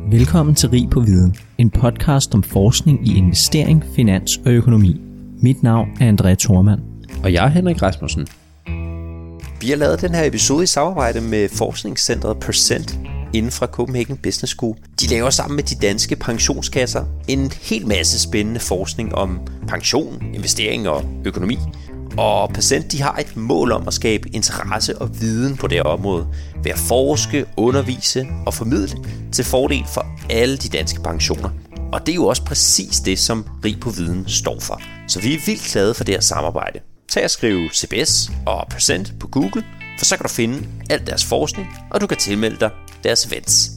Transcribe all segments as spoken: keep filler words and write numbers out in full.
Velkommen til Rig på Viden, en podcast om forskning i investering, finans og økonomi. Mit navn er André Thormann. Og jeg er Henrik Rasmussen. Vi har lavet den her episode i samarbejde med forskningscentret Percent inden fra Copenhagen Business School. De laver sammen med de danske pensionskasser en hel masse spændende forskning om pension, investering og økonomi. Og Percent de har et mål om at skabe interesse og viden på det her område ved at forske, undervise og formidle til fordel for alle de danske pensioner. Og det er jo også præcis det, som Rig på Viden står for. Så vi er vildt glade for det her samarbejde. Tag og skriv C B S og Percent på Google, for så kan du finde al deres forskning, og du kan tilmelde dig deres events.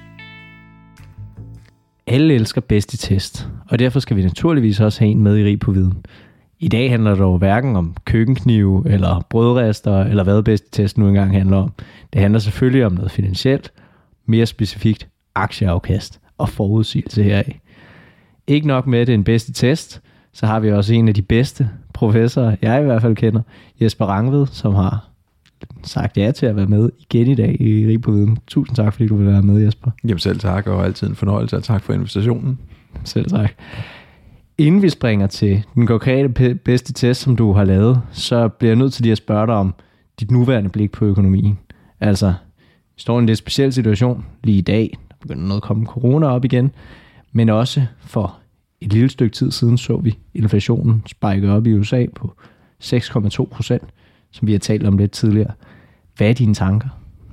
Alle elsker bedste test, og derfor skal vi naturligvis også have en med i Rig på Viden. I dag handler det dog hverken om køkkenknive eller brødrester, eller hvad bedste test nu engang handler om. Det handler selvfølgelig om noget finansielt, mere specifikt aktieafkast og forudsigelse heraf. Ikke nok med, at det er en bedste test, så har vi også en af de bedste professorer, jeg i hvert fald kender, Jesper Rangvid, som har sagt ja til at være med igen i dag i Rig på Viden. Tusind tak, fordi du vil være med, Jesper. Jamen selv tak, og altid en fornøjelse, og tak for invitationen. Selv tak. Inden vi springer til den konkrete bedste test, som du har lavet, så bliver jeg nødt til lige at spørge dig om dit nuværende blik på økonomien. Altså, vi står i en lidt speciel situation lige i dag. Der begynder noget at komme corona op igen, men også for et lille stykke tid siden så vi inflationen spike op i U S A på seks komma to procent, som vi har talt om lidt tidligere. Hvad er dine tanker?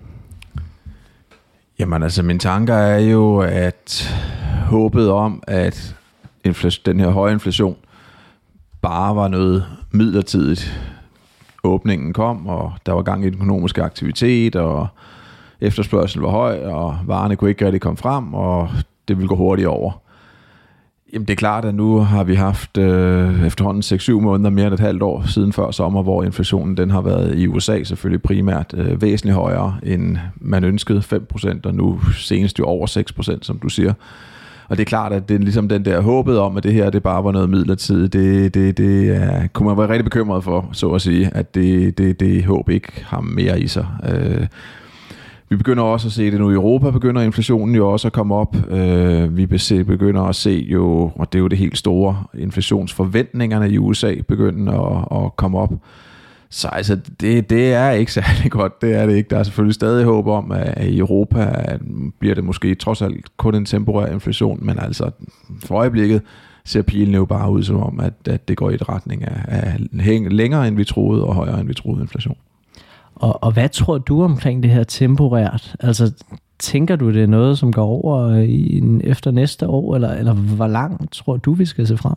Jamen altså, mine tanker er jo, at håbet om, at den her høje inflation bare var noget midlertidigt. Åbningen kom, og der var gang i den økonomiske aktivitet, og efterspørgsel var høj, og varerne kunne ikke rigtig komme frem, og det ville gå hurtigt over. Jamen det er klart, at nu har vi haft øh, efterhånden seks syv måneder, mere end et halvt år siden før sommer, hvor inflationen den har været i U S A selvfølgelig primært øh, væsentligt højere, end man ønskede, fem procent, og nu senest jo over seks procent, som du siger. Og det er klart, at det er ligesom den der håbet om, at det her det bare var noget midlertidigt, det, det, det er, kunne man være rigtig bekymret for, så at sige, at det, det, det håb ikke har mere i sig. Øh, vi begynder også at se det nu i Europa, begynder inflationen jo også at komme op. Øh, vi begynder at se jo, og det er jo det helt store, inflationsforventningerne i U S A begynder at, at komme op. Så altså, det, det er ikke særlig godt, det er det ikke. Der er selvfølgelig stadig håb om, at i Europa bliver det måske trods alt kun en temporær inflation, men altså for øjeblikket ser pilen jo bare ud som om, at, at det går i et retning af, af længere end vi troede, og højere end vi troede inflation. Og, og hvad tror du omkring det her temporært? Altså, tænker du, det er noget, som går over i, efter næste år, eller, eller hvor langt tror du, vi skal se frem?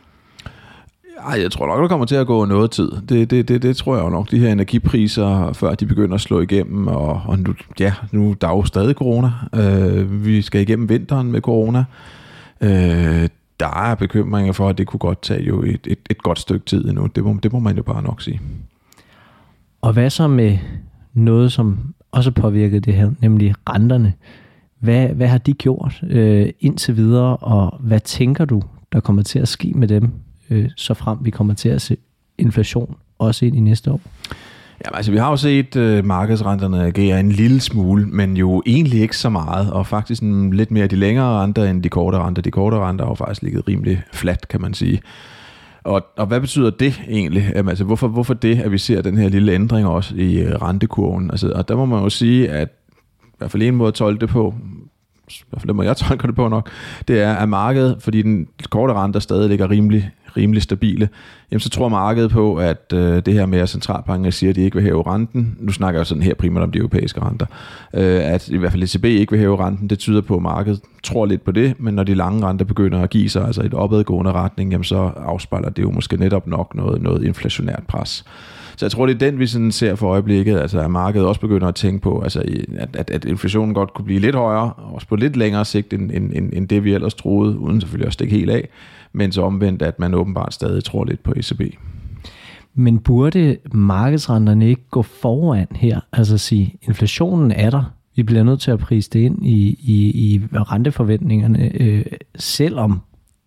Ej, jeg tror nok, der kommer til at gå noget tid. Det, det, det, det tror jeg jo nok. De her energipriser, før de begynder at slå igennem, og, og nu, ja, nu der er jo stadig corona. Øh, vi skal igennem vinteren med corona. Øh, der er bekymringer for, at det kunne godt tage jo et, et, et godt stykke tid endnu. Det må, det må man jo bare nok sige. Og hvad så med noget, som også påvirker det her, nemlig renterne? Hvad, hvad har de gjort øh, indtil videre, og hvad tænker du, der kommer til at ske med dem, øh, så frem vi kommer til at se inflation også ind i næste år? Jamen, altså, vi har jo set øh, markedsrenterne agere en lille smule, men jo egentlig ikke så meget, og faktisk en, lidt mere de længere renter end de korte renter. De korte renter har jo faktisk ligget rimelig fladt, kan man sige. Og, og hvad betyder det egentlig? Jamen, altså, hvorfor, hvorfor det, at vi ser den her lille ændring også i øh, rentekurven? Altså, og der må man jo sige, at i hvert fald en måde at tolke det på, i hvert fald det må jeg tolke det på nok, det er, at markedet, fordi den korte renter stadig ligger rimelig, rimelig stabile, jamen så tror markedet på, at øh, det her med, at centralbanken siger, at de ikke vil hæve renten, nu snakker jeg sådan her primært om de europæiske renter, øh, at i hvert fald E C B ikke vil hæve renten, det tyder på, at markedet tror lidt på det, men når de lange renter begynder at give sig, altså et opadgående retning, jamen så afspejler det jo måske netop nok noget, noget inflationært pres. Så jeg tror, det er den, vi sådan ser for øjeblikket, altså at markedet også begynder at tænke på, altså at, at, at inflationen godt kunne blive lidt højere, også på lidt længere sigt, end, end, end det vi ellers troede, uden selvfølgelig at stikke helt af, men så omvendt, at man åbenbart stadig tror lidt på E C B. Men burde markedsrenterne ikke gå foran her? Altså at sige, inflationen er der, vi bliver nødt til at prise det ind i, i, i renteforventningerne, øh, selvom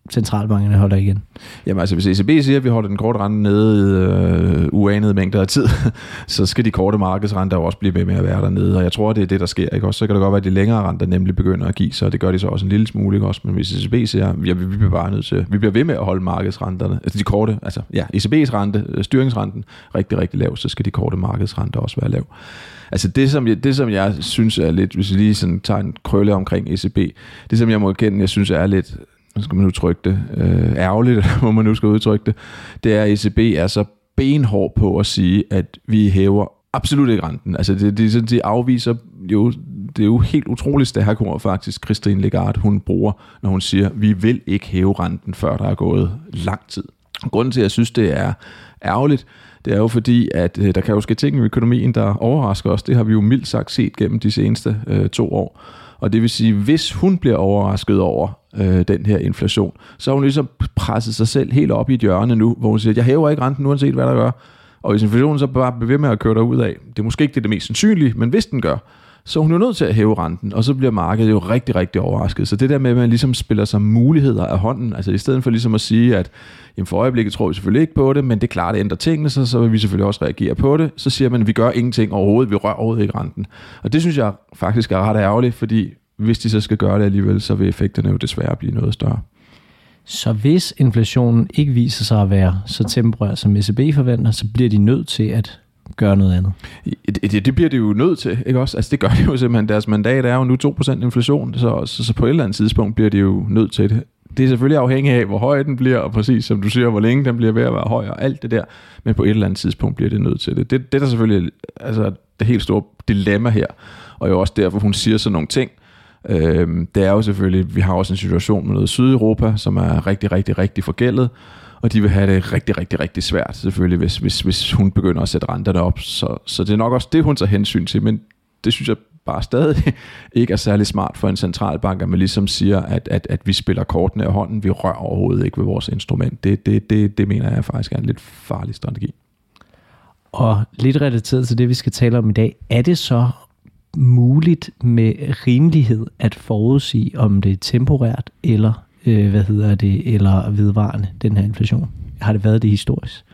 centralbankerne holder igen? Jamen altså, hvis E C B siger, at vi holder den korte rente nede i øh, uanede mængder af tid, så skal de korte markedsrenter også blive ved med at være dernede, og jeg tror, det er det, der sker. Ikke? Også, så kan det godt være, at de længere renter nemlig begynder at give sig, og det gør de så også en lille smule, ikke? Også, men hvis E C B siger, ja, vi bliver bare nødt til, vi bliver ved med at holde markedsrenterne, altså de korte, altså ja, E C B's rente, styringsrenten, rigtig, rigtig lav, så skal de korte markedsrenter også være lav. Altså det som, jeg, det, som jeg synes er lidt, hvis vi lige sådan tager en krølle omkring E C B, det som jeg må erkende, jeg synes er lidt, nu skal man udtrykke det, øh, ærgerligt, hvor man nu skal udtrykke det, det er, at E C B er så benhård på at sige, at vi hæver absolut ikke renten. Altså det, det, de afviser jo, det er jo helt utroligt stærkord faktisk, Christine Lagarde, hun bruger, når hun siger, vi vil ikke hæve renten, før der er gået lang tid. Grunden til, at jeg synes, det er ærgerligt, det er jo fordi, at øh, der kan jo ske ting i økonomien, der overrasker os. Det har vi jo mildt sagt set gennem de seneste øh, to år. Og det vil sige, hvis hun bliver overrasket over øh, den her inflation, så har hun ligesom presset sig selv helt op i et hjørne nu, hvor hun siger, jeg hæver ikke renten uanset hvad der gør. Og hvis inflationen så bare bliver ved med at køre derud af, det er måske ikke det, det mest sandsynlige, men hvis den gør, så er hun jo nødt til at hæve renten, og så bliver markedet jo rigtig, rigtig overrasket. Så det der med, at man ligesom spiller sig muligheder af hånden, altså i stedet for ligesom at sige, at jamen for øjeblikket tror vi selvfølgelig ikke på det, men det er klart, at ændrer tingene sig, så vil vi selvfølgelig også reagere på det. Så siger man, at vi gør ingenting overhovedet, vi rører overhovedet ikke renten. Og det synes jeg faktisk er ret ærgerligt, fordi hvis de så skal gøre det alligevel, så vil effekterne jo desværre blive noget større. Så hvis inflationen ikke viser sig at være så temporær, som E C B forventer, så bliver de nødt til at gøre noget andet? Det, det, det bliver de jo nødt til, ikke også? Altså det gør de jo simpelthen. Deres mandat er jo nu to procent inflation, så, så, så på et eller andet tidspunkt bliver de jo nødt til det. Det er selvfølgelig afhængigt af, hvor høj den bliver, og præcis som du siger, hvor længe den bliver ved at være høj, og alt det der. Men på et eller andet tidspunkt bliver det nødt til det. Det, det er der selvfølgelig altså, det helt store dilemma her, og jo også derfor, hun siger sådan nogle ting. Øhm, det er jo selvfølgelig, vi har også en situation med noget Sydeuropa, som er rigtig, rigtig, rigtig forgældet, og de vil have det rigtig, rigtig, rigtig svært selvfølgelig, hvis, hvis, hvis hun begynder at sætte renterne op. Så, så det er nok også det, hun tager hensyn til, men det synes jeg bare stadig ikke er særlig smart for en centralbank, at man ligesom siger, at, at, at vi spiller kortene af hånden, vi rører overhovedet ikke ved vores instrument. Det, det, det, det mener jeg faktisk er en lidt farlig strategi. Og lidt relateret til det, vi skal tale om i dag, er det så muligt med rimelighed at forudsige, om det er temporært eller øh, hvad hedder det, eller vedvarende, den her inflation? Har det været det historisk?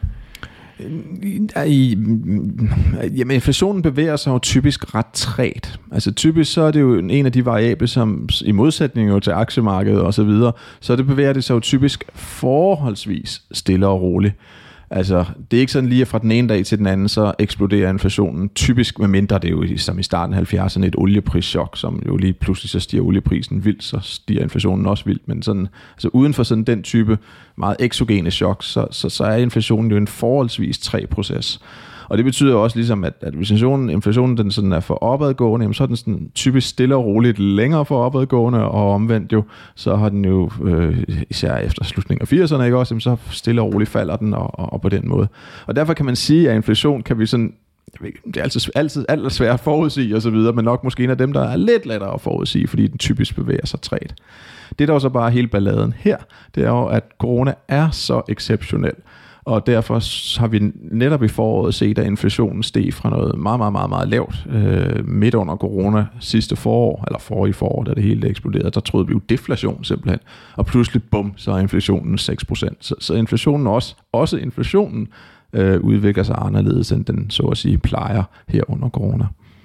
Jamen, inflationen bevæger sig jo typisk ret trægt. Altså typisk så er det jo en af de variable, som i modsætning jo til aktiemarkedet og så videre, så det bevæger det sig jo typisk forholdsvis stille og roligt. Altså, det er ikke sådan lige fra den ene dag til den anden, så eksploderer inflationen. Typisk med mindre, det er jo som i starten af halvfjerdserne et olieprischok, som jo lige pludselig så stiger olieprisen vildt, så stiger inflationen også vildt. Men sådan, altså uden for sådan den type meget eksogene chok, så, så, så er inflationen jo en forholdsvis træg proces. Og det betyder jo også ligesom, at, at hvis inflationen, inflationen den sådan er for opadgående, jamen, så er den sådan typisk stille og roligt længere for opadgående, og omvendt jo, så har den jo, øh, især efter slutningen af firserne, ikke også, jamen, så stille og roligt falder den, og, og, og på den måde. Og derfor kan man sige, at inflation kan vi sådan, det er altid, altid alt svært at forudsige og så videre, men nok måske en af dem, der er lidt lettere at forudsige, fordi den typisk bevæger sig trægt. Det der er jo så bare hele balladen her, det er jo, at corona er så exceptionel. Og derfor har vi netop i foråret set, at inflationen steg fra noget meget, meget, meget, meget lavt øh, midt under corona sidste forår, eller forrige forår, da det hele eksploderede. Der troede vi jo deflation simpelthen. Og pludselig, bum, så er inflationen seks procent. Så, så inflationen også, også inflationen øh, udvikler sig anderledes, end den så at sige plejer her under corona.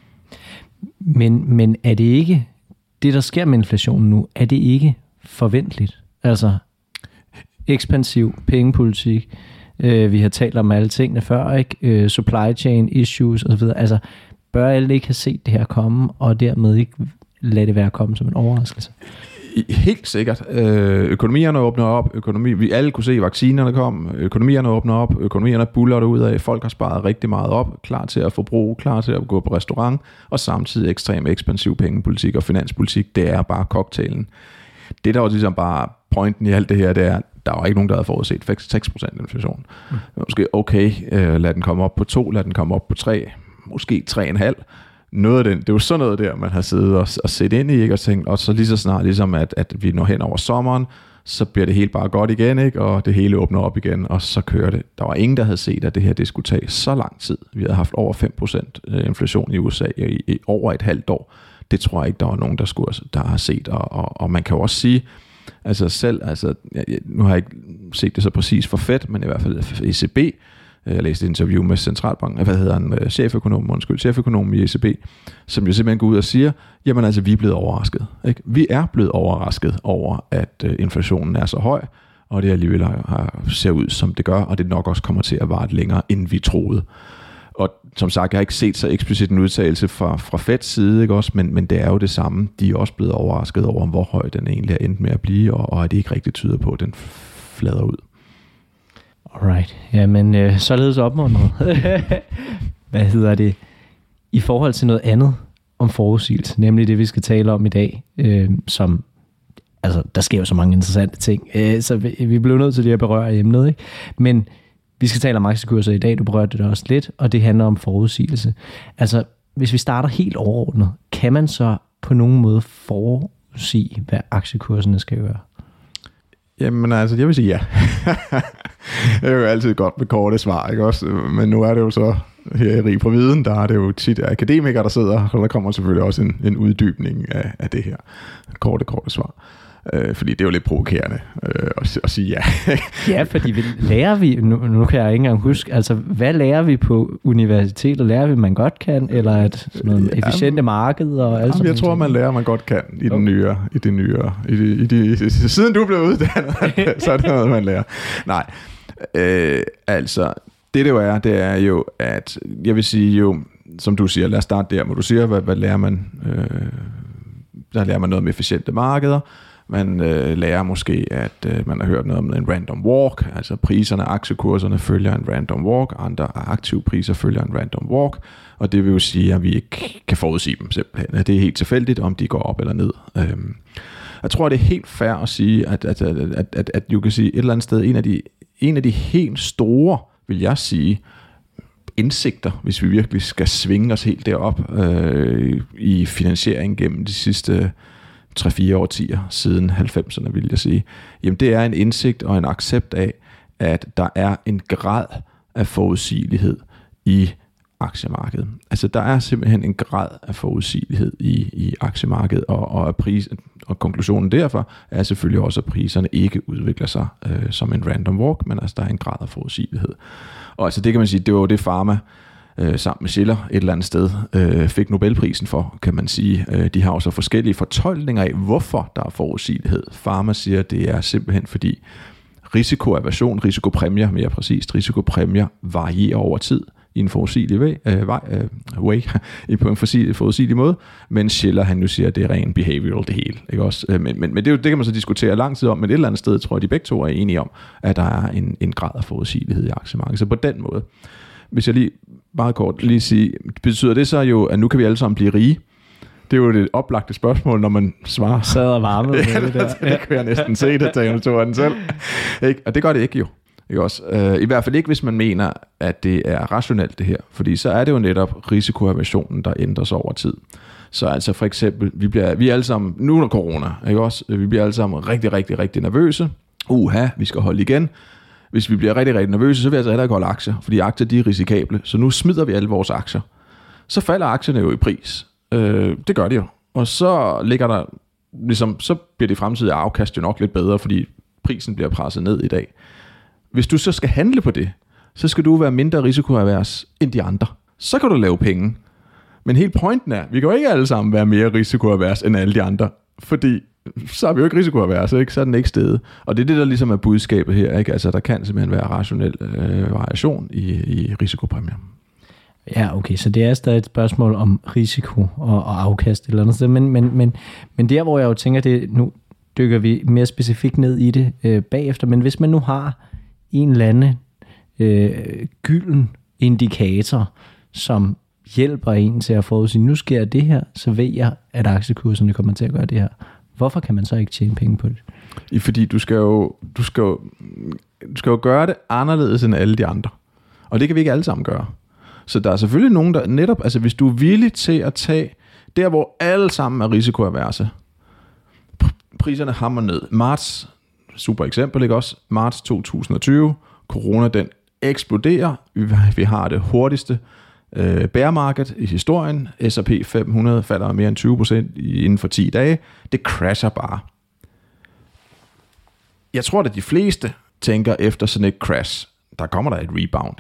Men, men er det ikke, det der sker med inflationen nu, er det ikke forventeligt? Altså ekspansiv pengepolitik. Uh, vi har talt om alle tingene før, ikke? Uh, supply chain issues osv. Altså, bør alle ikke have set det her komme, og dermed ikke lade det være komme som en overraskelse? Helt sikkert. Øh, økonomierne åbner op. Økonomi, vi alle kunne se, at vaccinerne kom. Økonomierne åbner op. Økonomierne buller derudad. Folk har sparet rigtig meget op. Klar til at forbruge. Klar til at gå på restaurant. Og samtidig ekstrem ekspansiv pengepolitik og finanspolitik. Det er bare cocktailen. Det der var ligesom bare pointen i alt det her, det er, der var ikke nogen, der havde forudset seks procent inflation. Mm. Måske okay, øh, lad den komme op på to, lad den komme op på tre, måske tre komma fem. Noget af den, det er jo sådan noget der, man har siddet og, og set ind i, ikke, og tænkt, og så lige så snart, ligesom at, at vi når hen over sommeren, så bliver det helt bare godt igen, ikke, og det hele åbner op igen, og så kører det. Der var ingen, der havde set, at det her det skulle tage så lang tid. Vi havde haft over fem procent inflation i U S A i, i over et halvt år. Det tror jeg ikke, der var nogen, der, skulle, der har set, og, og, og man kan jo også sige, Altså selv, altså, jeg, nu har jeg ikke set det så præcis for Fed, men i hvert fald E C B. Jeg læste et interview med centralbanken, hvad hedder han, cheføkonom, undskyld, cheføkonom i E C B, som jo simpelthen går ud og siger, jamen altså, vi er blevet overrasket. Ikke? Vi er blevet overrasket over, at inflationen er så høj, og det alligevel har, ser ud, som det gør, og det nok også kommer til at vare længere, end vi troede. Og som sagt, jeg har ikke set så eksplicit en udtalelse fra, fra Feds side, ikke også? Men, men det er jo det samme. De er også blevet overrasket over, hvor høj den egentlig er endt med at blive, og, og at det ikke rigtig tyder på, at den flader ud. Alright. Jamen, øh, således opmuntret. Hvad hedder det? I forhold til noget andet om forudsigelse, nemlig det, vi skal tale om i dag, øh, som, altså, der sker jo så mange interessante ting, øh, så vi, vi bliver nødt til lige at berøre emnet, ikke? Men vi skal tale om aktiekurser i dag, du berørte det også lidt, og det handler om forudsigelse. Altså, hvis vi starter helt overordnet, kan man så på nogen måde forudsige, hvad aktiekurserne skal gøre? Jamen altså, jeg vil sige ja. Det er jo altid godt med korte svar, ikke også? Men nu er det jo så her i Rig på Viden, der er det jo tit akademikere, der sidder, og der kommer selvfølgelig også en, en uddybning af, af det her korte, korte svar. Øh, fordi det er jo lidt provokerende øh, at, at sige ja. Ja, fordi vi lærer vi, nu, nu kan jeg ikke engang huske, altså hvad lærer vi på universitetet? Lærer vi, man godt kan, eller at sådan noget ja, efficiente marked og alt sådan. Jeg tror, man lærer, man godt kan i den nye, i det nye, i de, i de, i, siden du blev uddannet, så er det noget, man lærer. Nej, øh, altså det det jo er, det er jo, at jeg vil sige jo, som du siger, lad os starte der, hvor du siger, hvad, hvad lærer man? Øh, der lærer man noget om efficiente markeder. Man øh, lærer måske, at øh, man har hørt noget om en random walk, altså priserne, aktiekurserne følger en random walk, andre aktive priser følger en random walk, og det vil jo sige, at vi ikke kan forudsige dem simpelthen. At det er helt tilfældigt, om de går op eller ned. Øhm, jeg tror, det er helt fair at sige, at, at, at, at, at, at du kan sige et eller andet sted, en af de, en af de helt store, vil jeg sige, indsigter, hvis vi virkelig skal svinge os helt derop øh, i finansiering gennem de sidste tre-fire årtier siden halvfemserne, vil jeg sige, jamen det er en indsigt og en accept af, at der er en grad af forudsigelighed i aktiemarkedet. Altså der er simpelthen en grad af forudsigelighed i, i aktiemarkedet, og, og, pris, og konklusionen derfor er selvfølgelig også, at priserne ikke udvikler sig øh, som en random walk, men altså der er en grad af forudsigelighed. Og altså det kan man sige, det var det Pharma Øh, sammen med Schiller et eller andet sted øh, fik Nobelprisen for, kan man sige. Øh, de har jo så forskellige fortolkninger af, hvorfor der er forudsigelighed. Pharma siger, at det er simpelthen fordi risikoaversion, risikopræmier, mere præcist, risikopræmier varierer over tid i en forudsigelig way, øh, way, øh, way på en forudsigelig måde, men Schiller, han nu siger, at det er ren behavioral det hele, ikke også? Men, men, men det, er jo, det kan man så diskutere lang tid om, men et eller andet sted tror jeg, de begge to er enige om, at der er en, en grad af forudsigelighed i aktiemarkedet. Så på den måde, hvis jeg lige meget kort lige sige, betyder det så jo, at nu kan vi alle sammen blive rige? Det er jo det oplagte spørgsmål, når man svarer. Sad og varmet ja, med det der. Det kan jeg næsten se, det tager to af den selv. Ikke? Og det gør det ikke jo. Ikke også? Uh, I hvert fald ikke, hvis man mener, at det er rationelt det her. Fordi så er det jo netop risikoaversionen, der ændres over tid. Så altså for eksempel, vi bliver vi er alle sammen, nu under corona, ikke også? Vi bliver alle sammen rigtig, rigtig, rigtig nervøse. Uha, vi skal holde igen. Hvis vi bliver rigtig, rigtig nervøse, så vil jeg altså heller ikke holde aktier, fordi aktier de er risikable. Så nu smider vi alle vores aktier. Så falder aktierne jo i pris. Øh, det gør de jo. Og så ligger der, ligesom, så bliver det fremtidige afkast jo nok lidt bedre, fordi prisen bliver presset ned i dag. Hvis du så skal handle på det, så skal du være mindre risikoavers end de andre. Så kan du lave penge. Men hele pointen er, vi kan jo ikke alle sammen være mere risikoavers end alle de andre, fordi så er vi jo ikke risikoavers, ikke? Så er den ikke steget. Og det er det, der ligesom er budskabet her, ikke? Altså, der kan simpelthen være rationel øh, variation i, i risikopræmier. Ja, okay, så det er stadig et spørgsmål om risiko og, og afkast eller noget sted, men, men, men, men der, hvor jeg jo tænker, det nu dykker vi mere specifikt ned i det øh, bagefter, men hvis man nu har en eller anden øh, gylden indikator, som hjælper en til at forudsige, nu sker det her, så ved jeg, at aktiekurserne kommer til at gøre det her. Hvorfor kan man så ikke tjene penge på det? Fordi du skal jo, du skal jo, du skal jo gøre det anderledes end alle de andre. Og det kan vi ikke alle sammen gøre. Så der er selvfølgelig nogen, der netop, altså hvis du er villig til at tage der, hvor alle sammen er risikoaverse, priserne hammer ned. Marts, super eksempel, ikke også? Marts to tusind og tyve, corona den eksploderer. Vi har det hurtigste øh, bear market i historien. S og P fem hundrede falder mere end tyve procent inden for ti dage. Det crasher bare. jeg tror, at de fleste tænker efter sådan et crash, der kommer der et rebound.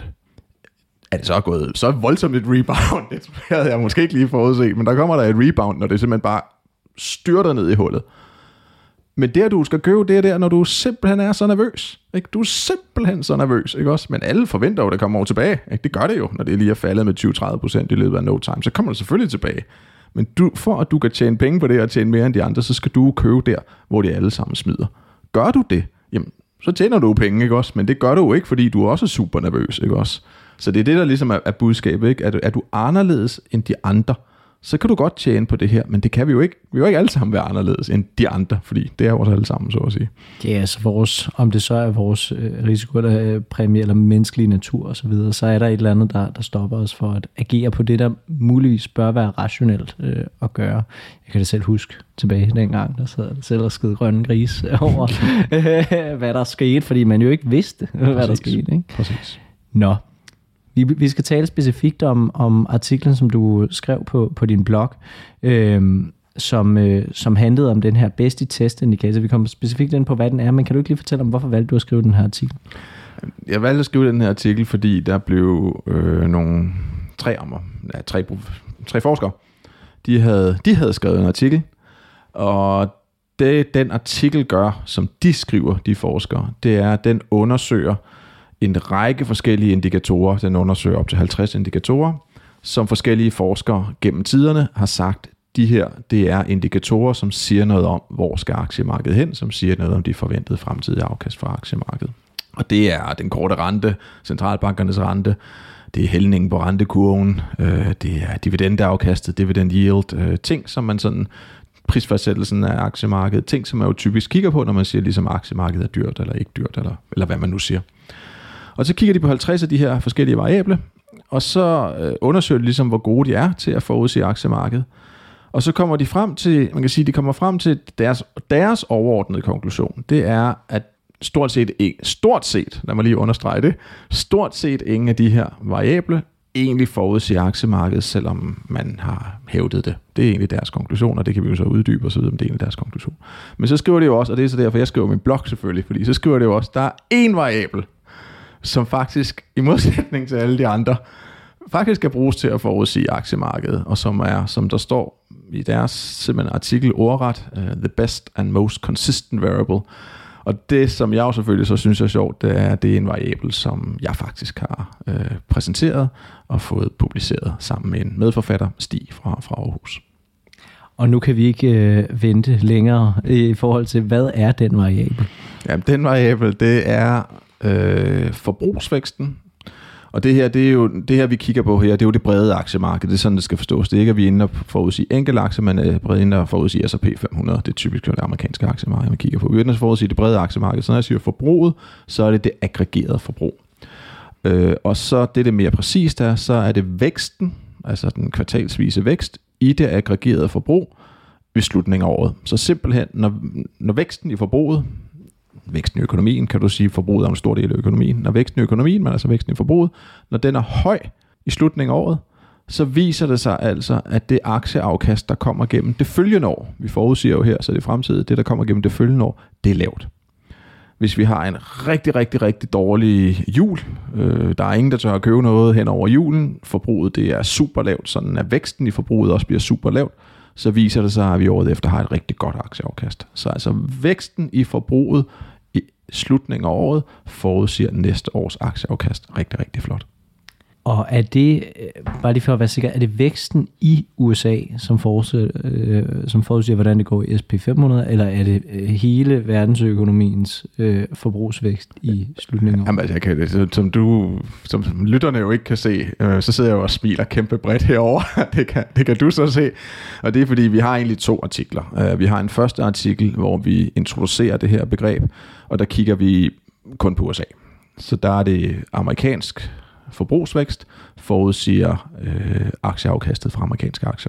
Er det så gået så voldsomt et rebound? Det havde jeg måske ikke lige forudset, men der kommer der et rebound, når det simpelthen bare styrter ned i hullet. Men det, du skal købe, det er der, når du simpelthen er så nervøs. Ikke? Du er simpelthen så nervøs, ikke også? Men alle forventer jo, at det kommer over tilbage. Ikke? Det gør det jo, når det lige er faldet med tyve til tredive procent i løbet af no time. Så kommer det selvfølgelig tilbage. Men du, for at du kan tjene penge på det og tjene mere end de andre, så skal du købe der, hvor de alle sammen smider. Gør du det, jamen, så tjener du penge, ikke også? Men det gør du jo ikke, fordi du er også super nervøs, ikke også? Så det er det, der ligesom er, er budskabet, ikke? Er du, er du anderledes end de andre, så kan du godt tjene på det her, men det kan vi jo ikke. Vi vil jo ikke alle sammen være anderledes end de andre, fordi det er jo også alle sammen, så at sige. Ja, altså vores, om det så er vores øh, risiko eller præmie eller menneskelig natur og så videre, så er der et eller andet, der, der stopper os for at agere på det, der muligvis bør være rationelt øh, at gøre. Jeg kan det selv huske tilbage dengang, der sad selv og skede grønne gris over, hvad der skete, fordi man jo ikke vidste, hvad Præcis. Der skete. Ikke? Præcis. Nå. Vi, vi skal tale specifikt om, om artiklen, som du skrev på, på din blog, øhm, som, øh, som handlede om den her bedst i test-indikator. Vi kommer specifikt ind på, hvad den er, men kan du ikke lige fortælle om, hvorfor valgte du at skrive den her artikel? Jeg valgte at skrive den her artikel, fordi der blev øh, nogle tre, ja, tre, tre forskere. De havde, de havde skrevet en artikel, og det den artikel gør, som de skriver, de forskere, det er, at den undersøger en række forskellige indikatorer. Den undersøger op til halvtreds indikatorer, som forskellige forskere gennem tiderne har sagt, de her, det er indikatorer, som siger noget om, hvor skal aktiemarkedet hen, som siger noget om de forventede fremtidige afkast fra aktiemarkedet. Og det er den korte rente, centralbankernes rente, det er hældningen på rentekurven, det er dividendeafkastet, dividend yield, ting, som man sådan, prisfastsættelsen af aktiemarkedet, ting, som man jo typisk kigger på, når man siger, ligesom aktiemarkedet er dyrt eller ikke dyrt, eller, eller hvad man nu siger. Og så kigger de på halvtreds af de her forskellige variable, og så øh, undersøger de ligesom, hvor gode de er til at forudsige aktiemarkedet. Og så kommer de frem til, man kan sige, de kommer frem til deres, deres overordnede konklusion. Det er, at stort set, stort set, lad mig lige understrege det, stort set ingen af de her variable egentlig forudsiger aktiemarkedet, selvom man har hævdet det. Det er egentlig deres konklusion, og det kan vi jo så uddybe og så videre, men det er egentlig deres konklusion. Men så skriver det jo også, og det er så derfor, jeg skriver min blog selvfølgelig, fordi så skriver det jo også, der er én variabel, som faktisk, i modsætning til alle de andre, faktisk kan bruges til at forudsige aktiemarkedet, og som er, som der står i deres simpelthen artikel ordret, uh, the best and most consistent variable. Og det, som jeg jo selvfølgelig så synes er sjovt, det er, det er en variabel, som jeg faktisk har uh, præsenteret og fået publiceret sammen med en medforfatter, Stig fra, fra Aarhus. Og nu kan vi ikke øh, vente længere i forhold til, hvad er den variabel? Ja, den variabel, det er øh, forbrugsvæksten. Og det her, det er jo det her, vi kigger på her, det er jo det brede aktiemarked. Det er sådan, det skal forstås. Det er ikke, at vi er inde og forudsige enkelte aktier, men er brede inde og forudsige S og P fem hundrede. Det er typisk det amerikanske aktiemarked, vi kigger på. Vi er inde og forudsige det brede aktiemarked. Så når jeg siger forbruget, så er det det aggregerede forbrug. Øh, og så det, det mere præcist er, så er det væksten, altså den kvartalsvise vækst, i det aggregerede forbrug ved slutningen af året. Så simpelthen, når, når væksten i forbruget, væksten i økonomien, kan du sige, forbruget er en stor del af økonomien, når væksten i økonomien, men altså væksten i forbruget, når den er høj i slutningen af året, så viser det sig altså, at det aktieafkast, der kommer gennem det følgende år, vi forudsiger jo her, så det fremtidige, det der kommer gennem det følgende år, det er lavt. Hvis vi har en rigtig, rigtig, rigtig dårlig jul, øh, der er ingen, der tør at købe noget hen over julen, forbruget det er super lavt, sådan at væksten i forbruget også bliver super lavt, så viser det sig, at vi året efter har et rigtig godt aktieafkast. Så altså væksten i forbruget i slutningen af året forudsiger næste års aktieafkast rigtig, rigtig flot. Og er det, bare lige for at være sikker, er det væksten i U S A, som forudsiger, øh, som forudsiger hvordan det går i S and P fem hundrede, eller er det hele verdensøkonomiens øh, forbrugsvækst i slutningen af året? Jamen, jeg kan, som du, som lytterne jo ikke kan se, øh, så sidder jeg jo og smiler kæmpe bredt herover. det, kan, det kan du så se. Og det er fordi, vi har egentlig to artikler. Uh, vi har en første artikel, hvor vi introducerer det her begreb, og der kigger vi kun på U S A. Så der er det amerikansk forbrugsvækst forudsiger øh, aktieafkastet fra amerikanske aktier.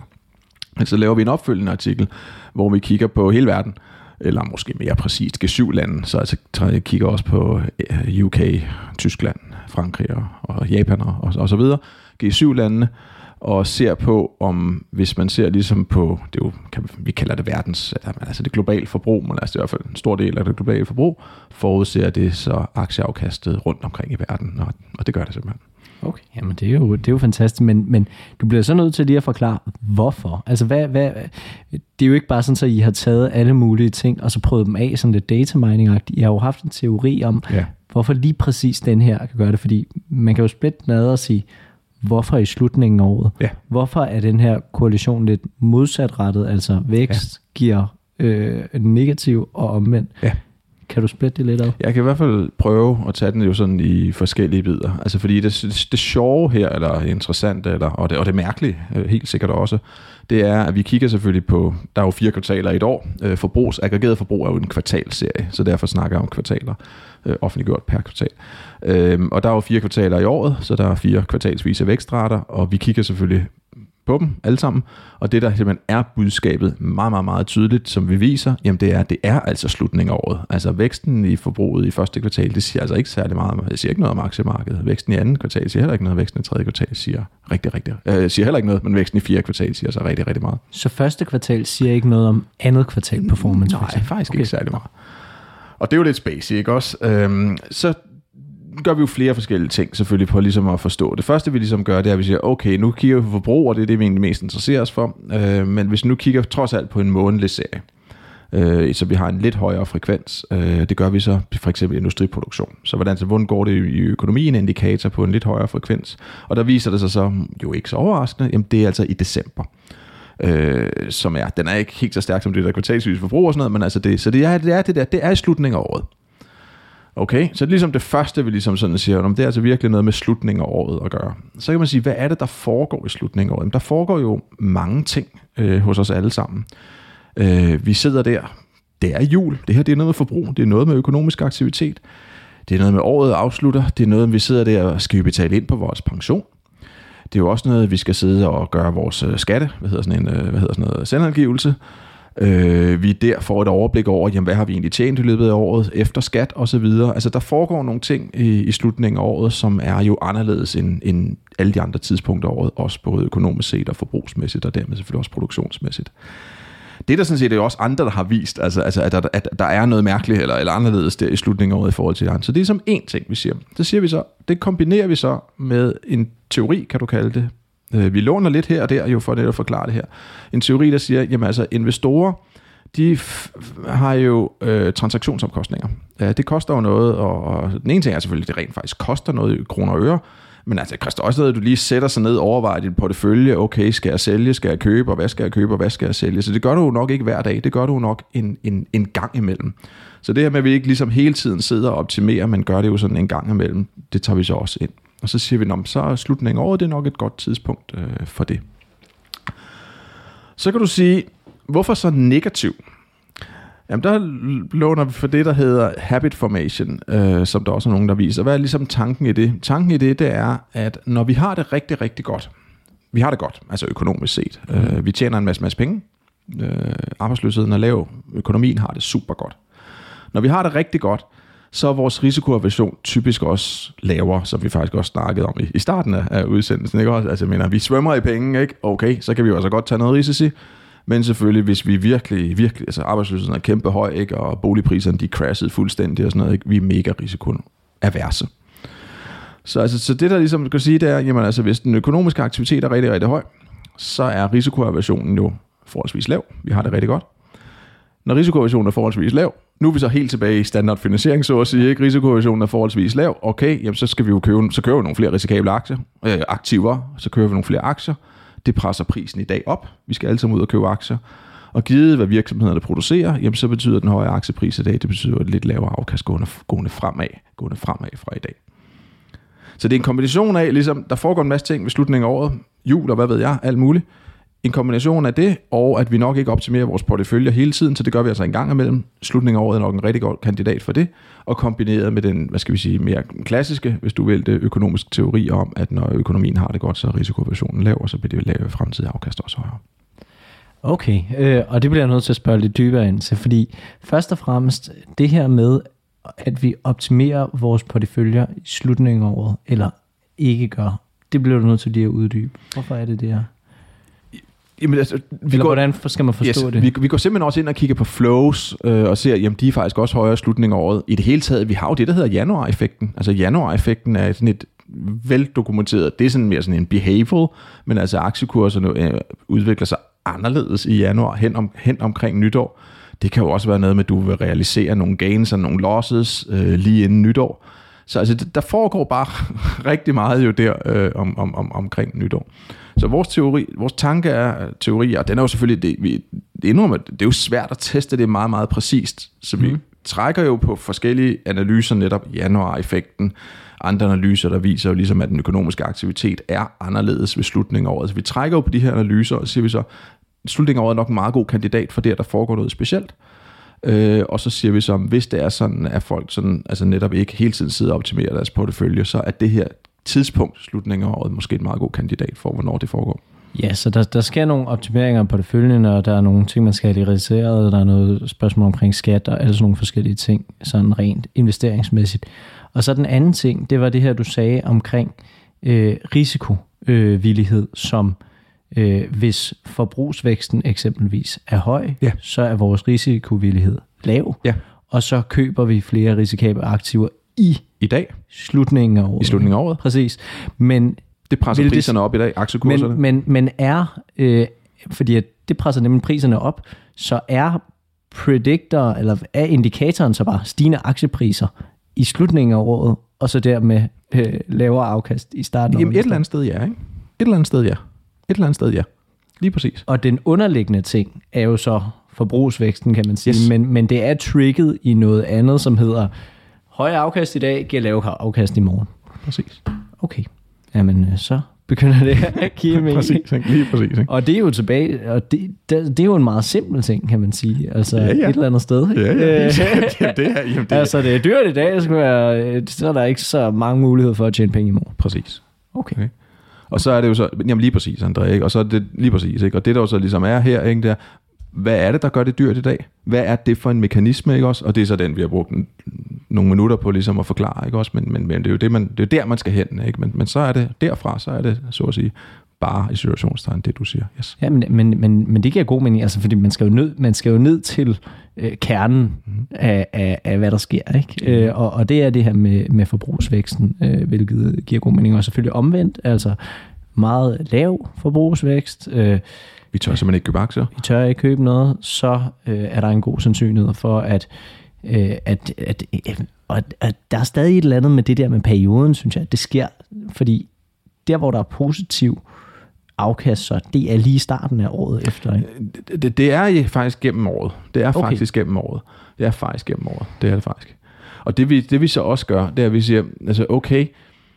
Så laver vi en opfølgende artikel, hvor vi kigger på hele verden, eller måske mere præcist G syv lande, så altså jeg kigger også på U K, Tyskland, Frankrig og, og Japan og, og så videre, G syv landene, og ser på, om hvis man ser ligesom på, det er jo, kan, vi kalder det verdens, altså det globale forbrug, men altså det er i hvert fald en stor del af det globale forbrug, forudser det så aktieafkastet rundt omkring i verden, og, og det gør det simpelthen. Okay, jamen det er jo, det er jo fantastisk, men, men du bliver så nødt til lige at forklare, hvorfor. Altså, hvad, hvad, det er jo ikke bare sådan, at I har taget alle mulige ting, og så prøvet dem af, sådan lidt data mining-agtigt. I har jo haft en teori om, ja. hvorfor lige præcis den her kan gøre det, fordi man kan jo splitte den ad og sige, hvorfor i slutningen af året? Ja. Hvorfor er den her koalition lidt modsatrettet, altså vækst ja. giver øh, negativ og omvendt? Ja. Kan du splitte det lidt af? Jeg kan i hvert fald prøve at tage den jo sådan i forskellige bidder. Altså fordi det, det, det sjove her, eller interessante, eller, og, det, og det mærkelige, helt sikkert også, det er, at vi kigger selvfølgelig på, der er jo fire kvartaler i et år. Forbrugs, aggregeret forbrug er jo en kvartalserie, så derfor snakker jeg om kvartaler, øh, offentliggjort per kvartal. Øhm, og der er jo fire kvartaler i året, så der er fire kvartalsvise vækstrater, og vi kigger selvfølgelig på dem alle sammen, og det der simpelthen er budskabet meget, meget, meget tydeligt, som vi viser, jamen det er, det er altså slutningen af året. Altså væksten i forbruget i første kvartal, det siger altså ikke særlig meget, det siger ikke noget om aktiemarkedet. Væksten i anden kvartal siger heller ikke noget, væksten i tredje kvartal siger rigtig, rigtig, øh, siger heller ikke noget, men væksten i fjerde kvartal siger så rigtig, rigtig meget. Så første kvartal siger ikke noget om andet kvartal performance? Nej, faktisk okay. ikke særlig meget. Og det er jo lidt spacey, ikke også? Øhm, så gør vi jo flere forskellige ting, selvfølgelig, på ligesom at forstå. Det første, vi ligesom gør, det er, at vi siger, okay, nu kigger vi på forbrug, og det er det, vi egentlig mest interesserer os for. Øh, men hvis vi nu kigger trods alt på en månedlig serie, øh, så vi har en lidt højere frekvens, øh, det gør vi så for eksempel industriproduktion. Så hvordan, så hvordan går det i økonomien, indikator på en lidt højere frekvens? Og der viser det sig så, jo ikke så overraskende, jamen det er altså i december. Øh, som er, den er ikke helt så stærk som det der kvartalsvis forbrug og sådan noget, men altså det, så det er det, er det der, det er i slutningen af året. Okay, så det er ligesom det første, vi ligesom sådan siger, om det er altså virkelig noget med slutningen af året at gøre. Så kan man sige, hvad er det, der foregår i slutningen af året? Jamen, der foregår jo mange ting øh, hos os alle sammen. Øh, vi sidder der, det er jul, det her det er noget med forbrug, det er noget med økonomisk aktivitet, det er noget med året afslutter, det er noget, vi sidder der og skal betale ind på vores pension. Det er jo også noget, vi skal sidde og gøre vores skatte, hvad hedder sådan en, hvad hedder sådan noget, selvangivelse. Øh, vi der får et overblik over, jamen, hvad har vi egentlig tjent i løbet af året, efter skat og så videre. Altså der foregår nogle ting i, i slutningen af året, som er jo anderledes end, end alle de andre tidspunkter af året, også både økonomisk set og forbrugsmæssigt, og dermed selvfølgelig også produktionsmæssigt. Det der sådan set er jo også andre, der har vist, altså, altså at, der, at der er noget mærkeligt eller, eller anderledes der i slutningen af året i forhold til det andre. Så det er som én ting, vi siger. Så siger vi så, det kombinerer vi så med en teori, kan du kalde det. Vi låner lidt her og der, jo for at forklare det her. En teori, der siger, jamen altså investorer, de f- har jo øh, transaktionsomkostninger. Ja, det koster jo noget, og, og den ene ting er selvfølgelig, at det rent faktisk koster noget i kroner og øre, men altså det koster også noget, at du lige sætter sig ned og overvejer dit portefølje, okay, skal jeg sælge, skal jeg købe, og hvad skal jeg købe, og hvad skal jeg sælge? Så det gør du jo nok ikke hver dag, det gør du jo nok en, en, en gang imellem. Så det her med, at vi ikke ligesom hele tiden sidder og optimerer, men gør det jo sådan en gang imellem, det tager vi så også ind. Og så siger vi, at så er slutningen af året, det er nok et godt tidspunkt øh, for det. Så kan du sige, hvorfor så negativ? Jamen der låner vi for det, der hedder habit formation, øh, som der også er nogen, der viser. Hvad er ligesom tanken i det? Tanken i det, det er, at når vi har det rigtig, rigtig godt, vi har det godt, altså økonomisk set, mm. øh, vi tjener en masse, masse penge, øh, arbejdsløsheden er lav, økonomien har det super godt. Når vi har det rigtig godt, så er vores risikoaversion typisk også lavere, som vi faktisk også snakkede om i, i starten af udsendelsen. Ikke? Altså, jeg mener, vi svømmer i penge, ikke? Okay, så kan vi jo altså godt tage noget risici. Men selvfølgelig, hvis vi virkelig, virkelig, altså arbejdsløsheden er kæmpe høj, ikke? Og boligpriserne, de crashede fuldstændig og sådan noget, ikke? Vi er mega risikoaverse. Så, altså, så det, der ligesom kan sige, det er, jamen altså, hvis den økonomiske aktivitet er rigtig, rigtig høj, så er risikoaversionen jo forholdsvis lav. Vi har det rigtig godt. Når risikoaversionen er forholdsvis lav, nu er vi så helt tilbage i standardfinansiering, så at sige, ikke? Risikoaversionen er forholdsvis lav. Okay, jamen så skal vi jo købe, så køber vi nogle flere risikable aktier, øh, aktiver, så køber vi nogle flere aktier. Det presser prisen i dag op. Vi skal alle sammen ud og købe aktier. Og givet hvad virksomhederne producerer, jamen så betyder den høje aktiepris i dag, det betyder et lidt lavere afkast gående, gående fremad, gående fremad fra i dag. Så det er en kombination af, ligesom der foregår en masse ting ved slutningen af året, jul og hvad ved jeg, alt muligt. En kombination af det, og at vi nok ikke optimerer vores portefølje hele tiden, så det gør vi altså en gang imellem. Slutningen af året er nok en rigtig god kandidat for det, og kombineret med den, hvad skal vi sige, mere klassiske, hvis du vil, det økonomiske teori om, at når økonomien har det godt, så er risikoaversionen lav, og så bliver det lave fremtidige afkast også højere. Okay, øh, og det bliver jeg nødt til at spørge lidt dybere ind til, fordi først og fremmest det her med, at vi optimerer vores porteføljer i slutningen af året, eller ikke gør, det bliver du nødt til lige at uddybe. Hvorfor er det det her? Jamen, altså, vi Eller går, hvordan skal man forstå yes, det? Vi, vi går simpelthen også ind og kigger på flows øh, og ser, jamen de er faktisk også højere slutning af året. I det hele taget, vi har jo det, der hedder januar-effekten. Altså januar-effekten er sådan et veldokumenteret, det er sådan mere sådan en behavioral, men altså aktiekurserne øh, udvikler sig anderledes i januar hen, om, hen omkring nytår. Det kan jo også være noget med, at du vil realisere nogle gains og nogle losses øh, lige inden nytår. Så altså, der foregår bare rigtig meget jo der øh, om, om, om, omkring nytår. Så vores teori, vores tanke er teorier, og den er jo selvfølgelig, det, vi, det, er, det er jo svært at teste det meget, meget præcist. Så vi mm. trækker jo på forskellige analyser, netop januar-effekten, andre analyser, der viser jo ligesom, at den økonomiske aktivitet er anderledes ved slutningen af året. Så vi trækker jo på de her analyser, og siger vi så, slutningen af året er nok en meget god kandidat for det, at der foregår noget specielt. Øh, og så siger vi så, hvis det er sådan, at folk sådan, altså netop ikke hele tiden sidder og optimerer deres portefølje, så er det her tidspunkt, slutningen af året, måske en meget god kandidat for, hvornår det foregår. Ja, så der, der sker nogle optimeringer på det følgende, og der er nogle ting, man skal have realiseret, der er noget spørgsmål omkring skat, og alle sådan nogle forskellige ting, sådan rent investeringsmæssigt. Og så den anden ting, det var det her, du sagde omkring øh, risikovillighed, øh, som øh, hvis forbrugsvæksten eksempelvis er høj, ja. så er vores risikovillighed lav, ja. og så køber vi flere risikable aktiver i I dag. Slutningen af året. I slutningen af året. Præcis. Men det presser priserne op i dag, aktiekurserne. Men, men, men er, øh, fordi det presser nemlig priserne op, så er predictor, eller er indikatoren så bare stigende aktiepriser i slutningen af året, og så dermed øh, lavere afkast i starten af Jamen, et eller andet sted ja, ikke? Et eller andet sted ja. Et eller andet sted ja. Lige præcis. Og den underliggende ting er jo så forbrugsvæksten, kan man sige, yes. men, men det er trigget i noget andet, som hedder høje afkast i dag, giver lave afkast i morgen. Præcis. Okay. Jamen, så begynder det at give mening. Præcis, lige præcis. Ikke? Og det er jo tilbage, og det, det, det er jo en meget simpel ting, kan man sige. Altså ja, ja. et eller andet sted. Ja, ja. Jamen, det er, jamen, det er. Altså, det er dyrt i dag, så, være, så er der ikke så mange muligheder for at tjene penge i morgen. Præcis. Okay. okay. Og så er det jo så, jamen lige præcis, André, ikke? Og så er det lige præcis, ikke? Og det der jo så ligesom er her, ikke, der, hvad er det, der gør det dyrt i dag? Hvad er det for en mekanisme, ikke også? Og det er så den, vi har brugt en, nogle minutter på ligesom at forklare, ikke også? Men, men, men det er jo det, man, det er der, man skal hen, ikke? Men, men så er det derfra, så er det, så at sige, bare i situationstegn, det du siger. Yes. Ja, men, men, men, men det giver god mening, altså, fordi man skal jo ned, man skal jo ned til øh, kernen mm. af, af, af, hvad der sker, ikke? Mm. Øh, og, og det er det her med, med forbrugsvæksten, øh, hvilket giver god mening, og selvfølgelig omvendt, altså meget lav forbrugsvækst, øh, vi tør simpelthen ikke købe aktier. Vi tør ikke købe noget, så øh, er der en god sandsynlighed for, at, øh, at, at, at, at der er stadig et eller andet med det der med perioden, synes jeg, at det sker. Fordi der, hvor der er positiv afkast, så det er lige starten af året efter. Ikke? Det, det, det er faktisk gennem året. Det er okay. faktisk gennem året. Det er faktisk gennem året. Det er det faktisk. Og det vi, det vi så også gør, det er, at vi siger, altså okay,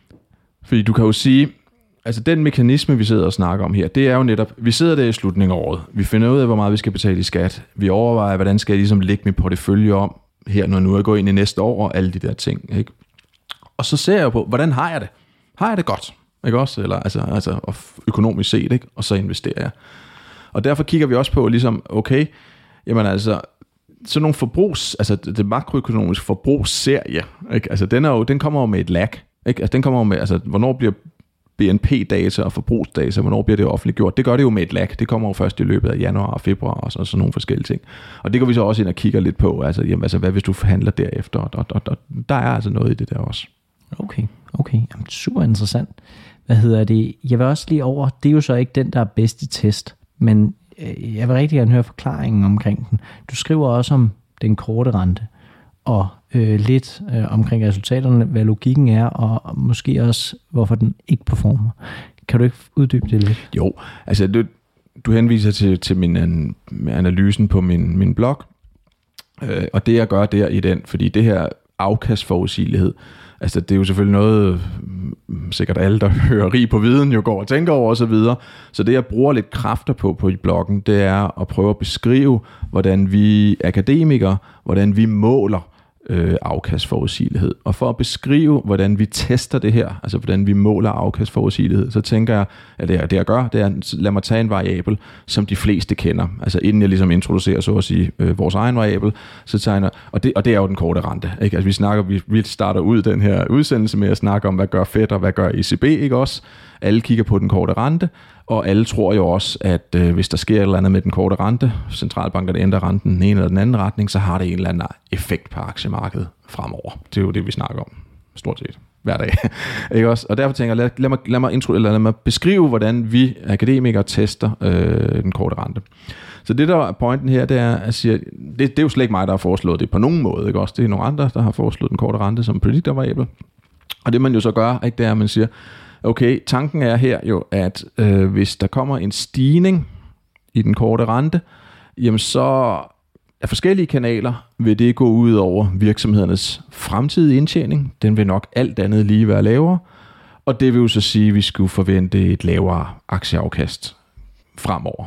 fordi du kan jo sige, altså den mekanisme, vi sidder og snakker om her, det er jo netop, vi sidder der i slutningen af året. Vi finder ud af, hvor meget vi skal betale i skat. Vi overvejer, hvordan skal jeg ligesom lægge min portefølje om her, når nu jeg går ind i næste år og alle de der ting. Ikke? Og så ser jeg på, hvordan har jeg det? Har jeg det godt? Ikke også? Eller altså, altså økonomisk set, ikke? Og så investerer jeg. Og derfor kigger vi også på, ligesom, okay, jamen altså, sådan nogle forbrugs, altså det makroøkonomiske forbrugsserie, ikke? Altså den, er jo, den kommer jo med et lag. Ikke? Altså den kommer jo med, altså hvornår bliver B N P-data og forbrugsdata, hvornår bliver det offentliggjort? Det gør det jo med et lag. Det kommer jo først i løbet af januar og februar og sådan, sådan nogle forskellige ting. Og det går vi så også ind og kigger lidt på. Altså, jamen, altså hvad hvis du forhandler derefter? Og, og, og, og der er altså noget i det der også. Okay, okay. Jamen, super interessant. Hvad hedder det? Jeg vil også lige over, det er jo så ikke den, der er bedst i test, men øh, jeg vil rigtig gerne høre forklaringen omkring den. Du skriver også om den korte rente, og øh, lidt øh, omkring resultaterne, hvad logikken er, og måske også, hvorfor den ikke performer. Kan du ikke uddybe det lidt? Jo, altså du, du henviser til, til min an, analysen på min, min blog, øh, og det jeg gør der i den, fordi det her afkastforudsigelighed, altså det er jo selvfølgelig noget, sikkert alle, der hører rig på viden, jo går og tænker over osv. Så, så det jeg bruger lidt kræfter på på i bloggen, det er at prøve at beskrive, hvordan vi akademikere, hvordan vi måler øh, afkastforudsigelighed. Og for at beskrive, hvordan vi tester det her, altså hvordan vi måler afkastforudsigelighed, så tænker jeg, at det, jeg, det jeg gør, det er, lad mig tage en variabel, som de fleste kender. Altså inden jeg ligesom introducerer, så at sige, øh, vores egen variabel, så tegner, og det, og det er jo den korte rente. Ikke? Altså vi snakker, vi, vi starter ud den her udsendelse med at snakke om, hvad gør Fed og hvad gør E C B, ikke også? Alle kigger på den korte rente, og alle tror jo også, at øh, hvis der sker et eller andet med den korte rente, centralbankerne ændrer renten den ene eller den anden retning, så har det en eller anden effekt på aktiemarkedet fremover. Det er jo det, vi snakker om stort set hver dag. Ikke også? Og derfor tænker jeg, lad, lad, mig, lad, mig intro, eller lad mig beskrive, hvordan vi akademikere tester øh, den korte rente. Så det, der er pointen her, det er, at sige, det, det er jo slet ikke mig, der har foreslået det på nogen måde. Ikke også? Det er nogle andre, der har foreslået den korte rente som predictor-variabel. Og det man jo så gør, ikke, det er, at man siger, okay, tanken er her jo, at øh, hvis der kommer en stigning i den korte rente, jamen så af forskellige kanaler vil det gå ud over virksomhedernes fremtidige indtjening. Den vil nok alt andet lige være lavere, og det vil jo så sige, at vi skulle forvente et lavere aktieafkast fremover.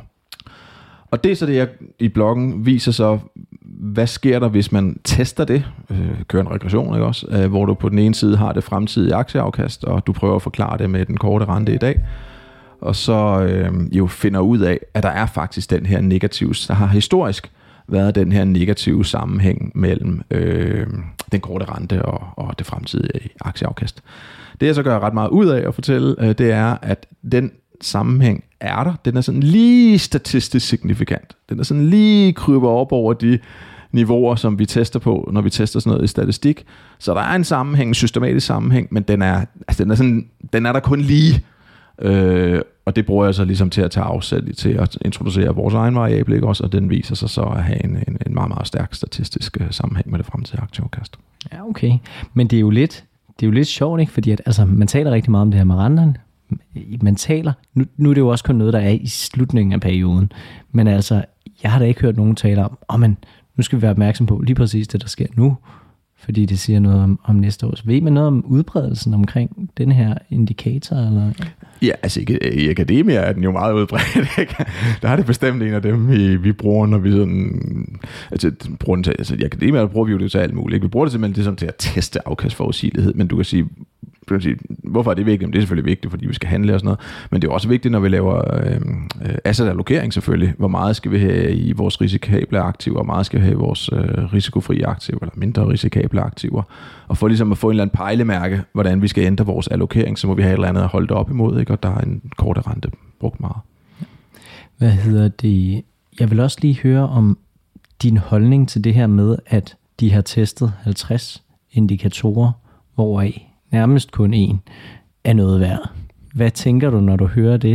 Og det er så det, jeg i bloggen viser så, hvad sker der, hvis man tester det, øh, kører en regression, ikke også, øh, hvor du på den ene side har det fremtidige aktieafkast, og du prøver at forklare det med den korte rente i dag, og så øh, jo finder ud af, at der er faktisk den her negative, der har historisk været den her negative sammenhæng mellem øh, den korte rente og, og det fremtidige aktieafkast. Det jeg så gør ret meget ud af at fortælle, øh, det er, at den sammenhæng er der. Den er sådan lige statistisk signifikant. Den er sådan lige kryber op over de niveauer, som vi tester på, når vi tester sådan noget i statistik. Så der er en sammenhæng, en systematisk sammenhæng, men den er, altså den er, sådan, den er der kun lige. Øh, og det bruger jeg så ligesom til at tage afsæt til at introducere vores egen variable, ikke også? Og den viser sig så at have en, en, en meget, meget stærk statistisk sammenhæng med det fremtidige aktieafkast. Ja, okay. Men det er jo lidt, det er jo lidt sjovt, ikke? Fordi at, altså, man taler rigtig meget om det her med renterne. Man taler, nu, nu er det jo også kun noget, der er i slutningen af perioden, men altså, jeg har da ikke hørt nogen tale om, åh, men nu skal vi være opmærksom på lige præcis det, der sker nu, fordi det siger noget om, om næste år. Så ved man noget om udbredelsen omkring den her indikator? Eller? Ja, altså i, i akademia er den jo meget udbredt, ikke? Der er det bestemt en af dem, vi, vi bruger, når vi sådan, altså, bruger den til, altså i akademia bruger vi jo det til alt muligt, ikke? Vi bruger det simpelthen ligesom til at teste afkastforudsigelighed, men du kan sige, du kan sige, hvorfor er det vigtigt? Det er selvfølgelig vigtigt, fordi vi skal handle og sådan noget, men det er også vigtigt, når vi laver øh, asset allokering selvfølgelig. Hvor meget skal vi have i vores risikable aktiver, hvor meget skal vi have i vores øh, risikofrie aktiver, eller mindre risikable aktiver. Og for ligesom at få en eller anden pejlemærke, hvordan vi skal ændre vores allokering, så må vi have et eller andet at holde det op imod, ikke? Og der er en korte rente brugt meget. Hvad hedder det? Jeg vil også lige høre om din holdning til det her med, at de har testet halvtreds indikatorer, hvoraf nærmest kun én er noget værd. Hvad tænker du, når du hører det?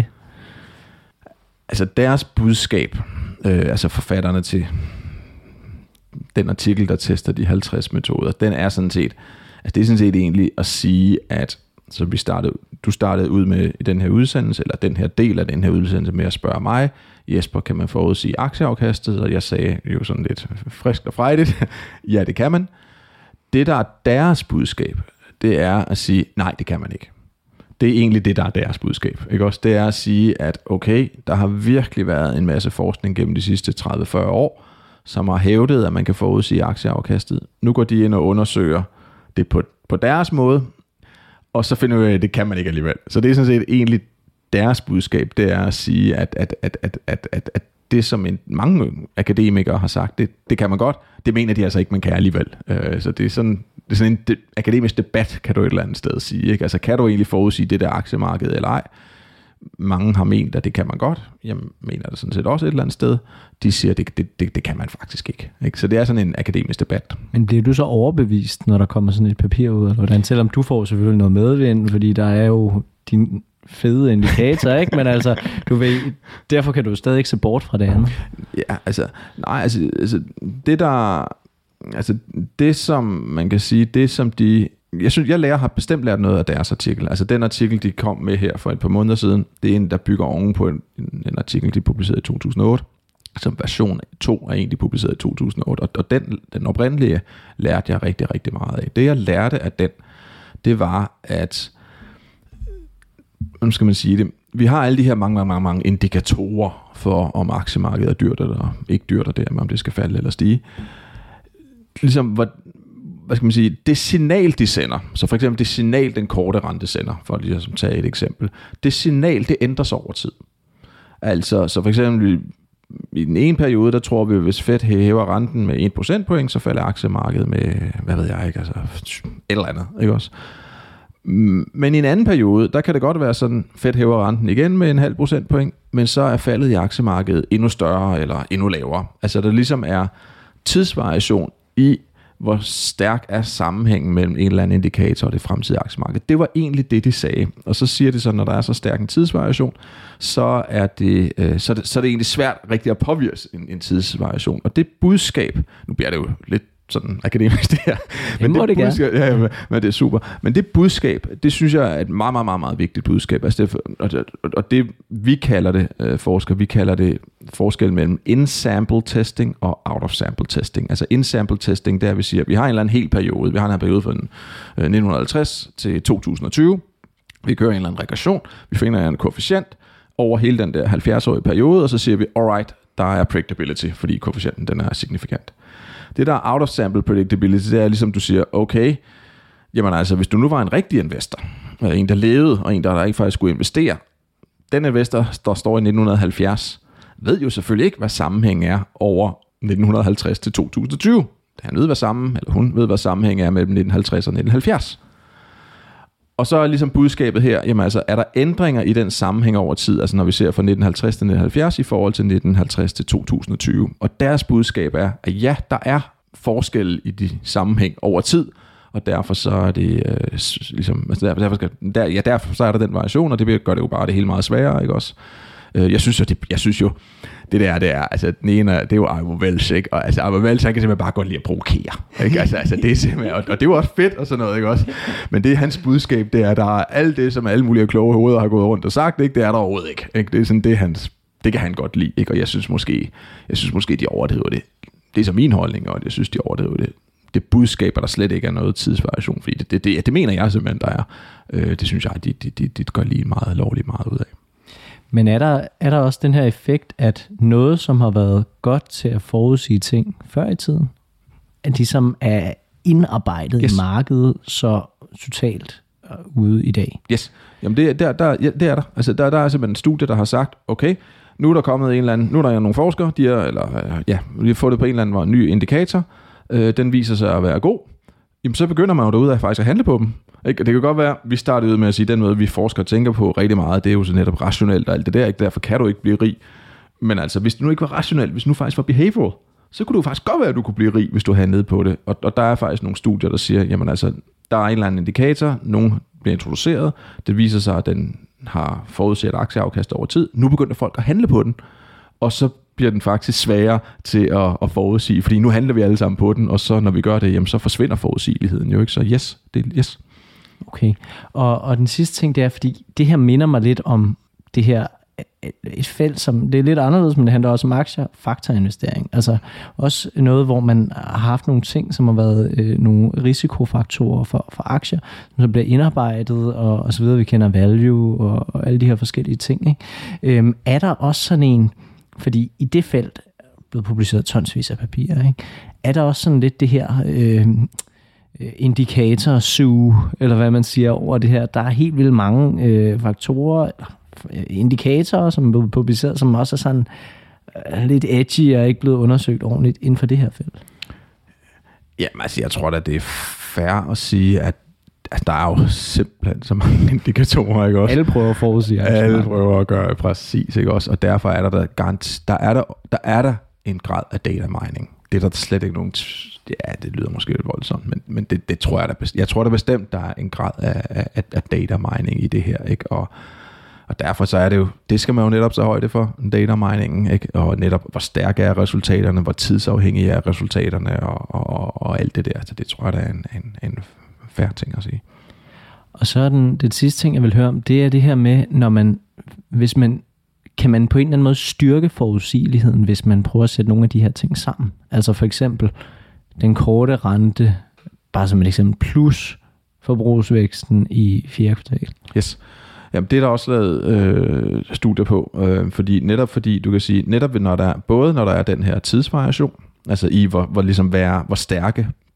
Altså deres budskab, øh, altså forfatterne til den artikel, der tester de halvtreds metoder, den er sådan set, altså det er sådan set egentlig at sige, at så vi startede, du startede ud med i den her udsendelse, eller den her del af den her udsendelse med at spørge mig, Jesper, kan man forudsige aktieafkastet? Og jeg sagde jo sådan lidt frisk og frejdigt, ja, det kan man. Det, der er deres budskab, det er at sige, nej, det kan man ikke. Det er egentlig det, der er deres budskab. Ikke også? Det er at sige, at okay, der har virkelig været en masse forskning gennem de sidste tredive til fyrre år, som har hævdet, at man kan forudsige aktieafkastet. Nu går de ind og undersøger det på, på deres måde, og så finder vi, at det kan man ikke alligevel. Så det er sådan set egentlig deres budskab, det er at sige, at, at, at, at, at, at, at det, som en, mange akademikere har sagt, det, det kan man godt, det mener de altså ikke, man kan alligevel. Øh, så det er sådan, det er sådan en de, akademisk debat, kan du et eller andet sted sige. Ikke? Altså, kan du egentlig forudsige det der aktiemarked eller ej? Mange har ment, at det kan man godt. Jeg mener det sådan set også et eller andet sted. De siger, at det, det, det, det kan man faktisk ikke. ikke. Så det er sådan en akademisk debat. Men bliver du så overbevist, når der kommer sådan et papir ud? Eller hvordan? Selvom du får selvfølgelig noget medvind, fordi der er jo din fede indikator, ikke? Men altså, du ved, derfor kan du stadig ikke se bort fra det andet. Ja, altså, nej, altså, altså det der, altså det som man kan sige, det som de, jeg synes, jeg lærer har bestemt lært noget af deres artikel. Altså den artikel, de kom med her for et par måneder siden, det er en, der bygger oven på en, en artikel, de publicerede i to tusind og otte, som version to af en, de publicerede i to tusind og otte, og, og den, den oprindelige lærte jeg rigtig, rigtig meget af. Det jeg lærte af den, det var, at nu skal man sige det, vi har alle de her mange, mange, mange indikatorer for, om aktiemarkedet er dyrt eller ikke dyrt, og dermed om det skal falde eller stige. Ligesom, hvad skal man sige, det signal, de sender, så for eksempel det signal, den korte rente sender, for lige at tage et eksempel, det signal, det ændrer sig over tid. Altså, så for eksempel i den ene periode, der tror vi, at hvis Fed hæver renten med en procentpoint, så falder aktiemarkedet med, hvad ved jeg ikke, altså et eller andet, ikke også? Men i en anden periode, der kan det godt være sådan, Fed hæver renten igen med en halv procentpoint, men så er faldet i aktiemarkedet endnu større eller endnu lavere. Altså der ligesom er tidsvariation i, hvor stærk er sammenhængen mellem en eller anden indikator og det fremtidige aktiemarked. Det var egentlig det, de sagde. Og så siger de så, når der er så stærk en tidsvariation, så er det, øh, så er det, så er det egentlig svært rigtig at påvirke en, en tidsvariation. Og det budskab, nu bliver det jo lidt sådan akademisk det her, men det, det budskab, ja, ja, men det er super. Men det budskab, det synes jeg er et meget, meget, meget, meget vigtigt budskab. Altså det, og, det, og det, vi kalder det, øh, forskere, vi kalder det forskel mellem in-sample testing og out-of-sample testing. Altså in-sample testing, der vi siger, at vi har en eller anden hel periode. Vi har en her periode fra øh, nitten halvtreds til to tusind og tyve. Vi kører en eller anden regression. Vi finder en koefficient over hele den der halvfjerds-årige periode, og så siger vi, alright, der er predictability, fordi koefficienten den er signifikant. Det der out of sample predictability, det er ligesom du siger, okay, jamen altså, hvis du nu var en rigtig investor, en der levede, og en der, der ikke faktisk skulle investere, den investor, der står i nitten halvfjerds, ved jo selvfølgelig ikke, hvad sammenhængen er over nitten halvtreds til to tusind og tyve. Han ved, hvad sammen, eller hun ved, hvad sammenhængen er mellem nitten halvtreds og nitten halvfjerds. Og så er ligesom budskabet her, jamen altså, er der ændringer i den sammenhæng over tid, altså når vi ser fra nitten halvtreds til nitten halvfjerds i forhold til nitten halvtreds til to tusind og tyve. Og deres budskab er, at ja, der er forskel i de sammenhæng over tid, og derfor så er det øh, ligesom, altså derfor, derfor, skal, der, ja, derfor så er der den variation, og det gør det jo bare det hele meget sværere, ikke også? Jeg synes jo, det, jeg synes jo, det der, det er, altså den ene, det er jo Ivo Welch, ikke? Og altså Ivo Welch, han kan simpelthen bare godt lide at provokere, ikke? Altså, altså det er simpelthen, og, og det er jo også fedt og sådan noget, ikke også? Men det er hans budskab, det er, der er alt det, som alle mulige kloge hoveder har gået rundt og sagt, ikke? Det er der overhovedet ikke, ikke? Det er sådan, det er hans, det kan han godt lide, ikke? Og jeg synes måske, jeg synes måske, de overdriver det. Det er så min holdning, og jeg synes, de overdriver det. Det budskab, der slet ikke er noget tidsvariation, fordi det, det, det, det mener jeg simpelthen, der er. Øh, det synes jeg, de, de, de, de gør lige meget lovligt meget ud af. Men er der, er der også den her effekt, at noget, som har været godt til at forudsige ting før i tiden, at de som er indarbejdet yes. i markedet så totalt ude i dag? Yes. Jamen det, der, der, ja, det er der. Altså der, der er simpelthen en studie, der har sagt, okay, nu er der kommet en eller anden, nu er der nogle forskere, de er, eller ja, de har fået det på en eller anden ny indikator, øh, den viser sig at være god. Jamen så begynder man jo derude af faktisk at handle på dem. Ikke? Det kan godt være, vi startede ud med at sige, at den måde, vi forskere tænker på rigtig meget, det er jo så netop rationelt og alt det der, ikke? Derfor kan du ikke blive rig. Men altså, hvis det nu ikke var rationelt, hvis det nu faktisk var behavioral, så kunne du faktisk godt være, at du kunne blive rig, hvis du handlede på det. Og, og der er faktisk nogle studier, der siger, jamen altså, der er en eller anden indikator, nogen bliver introduceret, det viser sig, at den har forudset aktieafkast over tid. Nu begynder folk at handle på den, og så bliver den faktisk sværere til at, at forudsige, fordi nu handler vi alle sammen på den, og så når vi gør det, jamen så forsvinder forudsigeligheden jo ikke, så yes, det er yes. Okay, og, og den sidste ting, det er, fordi det her minder mig lidt om det her, et felt, som det er lidt anderledes, men det handler også om aktier, faktorinvestering. Altså også noget, hvor man har haft nogle ting, som har været øh, nogle risikofaktorer for, for aktier, som så bliver indarbejdet, og, og så videre. Vi kender value, og, og alle de her forskellige ting. Ikke? Øhm, er der også sådan en, fordi i det felt er blevet publiceret tonsvis af papirer, ikke? Er der også sådan lidt det her øh, indikator suge, eller hvad man siger over det her. Der er helt vildt mange øh, faktorer, indikatorer, som er blevet publiceret, som også er sådan øh, lidt edgy og ikke blevet undersøgt ordentligt inden for det her felt. Jamen altså, jeg tror da, det er fair at sige, at, at der er jo simpelthen så mange indikatorer, ikke også? Alle prøver at forudsige. Alle prøver at gøre præcis, ikke også? Og derfor er der der, garant, der, er der, der, er der en grad af data mining. Det er der slet ikke nogen... Ja, det lyder måske lidt voldsomt, men, men det, det tror jeg da bestemt. Jeg tror da bestemt, der er en grad af, af, af data mining i det her, ikke? Og, og derfor så er det jo... Det skal man jo netop så højde for, data miningen, ikke? Og netop, hvor stærke er resultaterne, hvor tidsafhængige er resultaterne, og, og, og alt det der. Så det tror jeg, der er en, en, en fair ting at sige. Og så er den, det sidste ting, jeg vil høre om, det er det her med, når man... Hvis man kan man på en eller anden måde styrke forudsigeligheden, hvis man prøver at sætte nogle af de her ting sammen? Altså for eksempel den korte rente, bare som et eksempel, plus forbrugsvæksten i fjerde kvartal. Yes. Jamen det er der også lavet øh, studier på, øh, fordi netop fordi du kan sige, netop når der, både når der er den her tidsvariation, altså i hvor, hvor, ligesom være, hvor stærke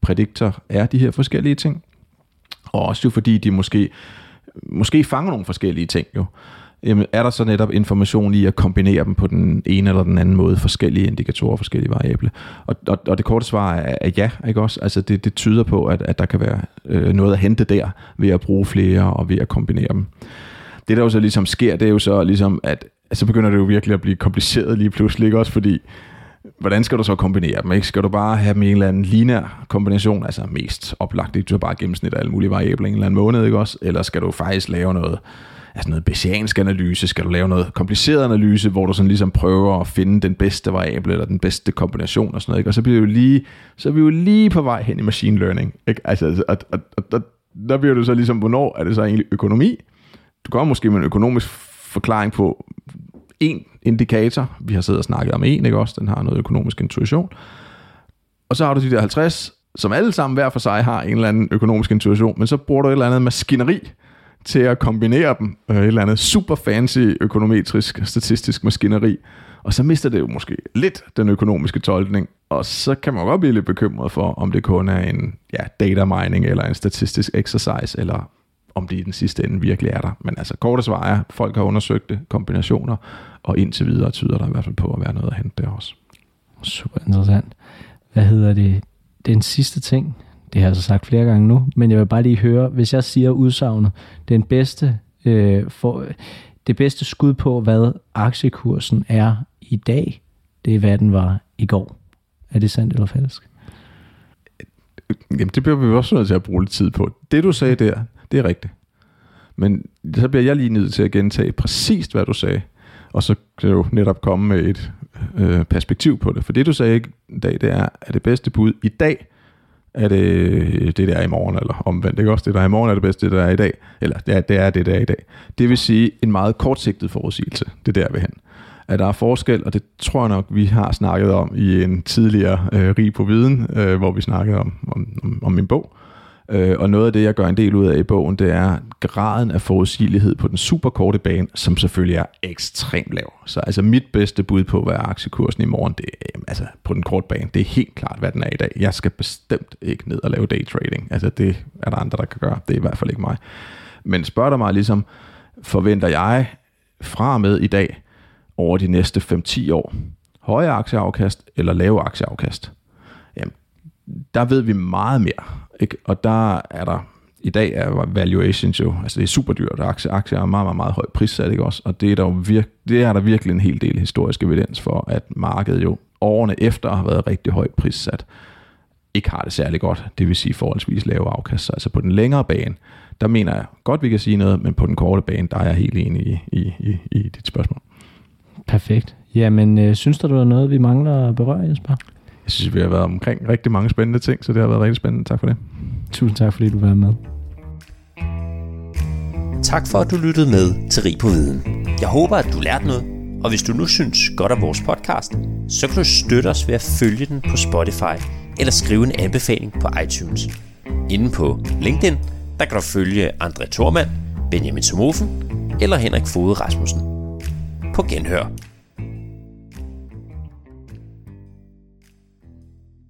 prædiktor er de her forskellige ting. Og også jo fordi de måske, måske fanger nogle forskellige ting jo. Jamen, er der så netop information i at kombinere dem på den ene eller den anden måde, forskellige indikatorer, forskellige variable? Og, og, og det korte svar er, er ja, ikke også? Altså det, det tyder på, at, at der kan være øh, noget at hente der, ved at bruge flere og ved at kombinere dem. Det der jo så ligesom sker, det er jo så ligesom, at så begynder det jo virkelig at blive kompliceret lige pludselig, ikke også? Fordi, hvordan skal du så kombinere dem? Ikke? Skal du bare have dem i en eller anden lineær kombination, altså mest oplagt, ikke? Du har bare gennemsnit af alle mulige variabler i en eller anden måned, ikke også? Eller skal du faktisk lave noget, altså noget bayesiansk analyse? Skal du lave noget kompliceret analyse, hvor du sådan ligesom prøver at finde den bedste variable eller den bedste kombination og sådan noget, ikke? Og så bliver vi jo lige, så er vi jo lige på vej hen i machine learning, ikke? Altså, og, og, og, og der bliver du så ligesom, hvornår er det så egentlig økonomi? Du kommer måske med en økonomisk forklaring på en indikator. Vi har siddet og snakket om en, ikke også? Den har noget økonomisk intuition. Og så har du de der halvtreds, som alle sammen hver for sig har en eller anden økonomisk intuition, men så bruger du et eller andet maskineri til at kombinere dem. Et eller andet super fancy økonometrisk, statistisk maskineri. Og så mister det jo måske lidt den økonomiske tolkning. Og så kan man godt blive lidt bekymret for, om det kun er en ja, data mining eller en statistisk exercise, eller om det i den sidste ende virkelig er der. Men altså korte svar er, folk har undersøgt det, kombinationer, og indtil videre tyder der i hvert fald på at være noget at hente der også. Super interessant. Hvad hedder det? Den sidste ting, det har jeg så sagt flere gange nu, men jeg vil bare lige høre, hvis jeg siger udsagnet, den bedste, øh, for, det bedste skud på, hvad aktiekursen er i dag, det er, hvad den var i går. Er det sandt eller falsk? Jamen, det bliver vi også nødt til at bruge lidt tid på. Det du sagde der, det er rigtigt. Men så bliver jeg lige nødt til at gentage præcis, hvad du sagde. Og så kan du netop komme med et øh, perspektiv på det. For det du sagde i dag, det er, at det bedste bud i dag, er det det, der er i morgen, eller omvendt. Det er også det, der er i morgen, er det bedste, det der er i dag. Eller det er det, er det der er i dag. Det vil sige en meget kortsigtet forudsigelse. Det er der, vi hen. At der er forskel, og det tror jeg nok, vi har snakket om i en tidligere øh, rig på viden, øh, hvor vi snakkede om, om, om, om min bog. Øh, og noget af det, jeg gør en del ud af i bogen, det er graden af forudsigelighed på den superkorte bane, som selvfølgelig er ekstremt lav. Så altså mit bedste bud på, hvad er aktiekursen i morgen, det er altså på den korte bane, det er helt klart, hvad den er i dag. Jeg skal bestemt ikke ned og lave daytrading. Altså det er der andre, der kan gøre. Det er i hvert fald ikke mig. Men spørger der mig ligesom, forventer jeg fra og med i dag, over de næste fem til ti år, høje aktieafkast eller lave aktieafkast? Jamen, der ved vi meget mere, ikke? Og der er der, i dag er valuations jo, altså det er super dyrt, aktier, aktier er meget, meget, meget højt prissat, ikke også? Og det er, der virke, det er der virkelig en hel del historisk evidens for, at markedet jo årene efter har været rigtig højt prissat, ikke har det særlig godt, det vil sige forholdsvis lave afkast. Så altså på den længere bane, der mener jeg godt, vi kan sige noget, men på den korte bane, der er jeg helt enig i, i, i, i dit spørgsmål. Perfekt. Jamen, øh, synes du, der er noget, vi mangler at berøre, Jesper? Jeg synes, vi har været omkring rigtig mange spændende ting, så det har været rigtig spændende. Tak for det. Tusind tak, fordi du var med. Tak for, at du lyttede med til Rig på Viden. Jeg håber, at du lærte noget, og hvis du nu synes godt om vores podcast, så kan du støtte os ved at følge den på Spotify, eller skrive en anbefaling på iTunes. Inde på LinkedIn, der kan du følge André Thormand, Benjamin Somofen eller Henrik Fode Rasmussen. På genhør.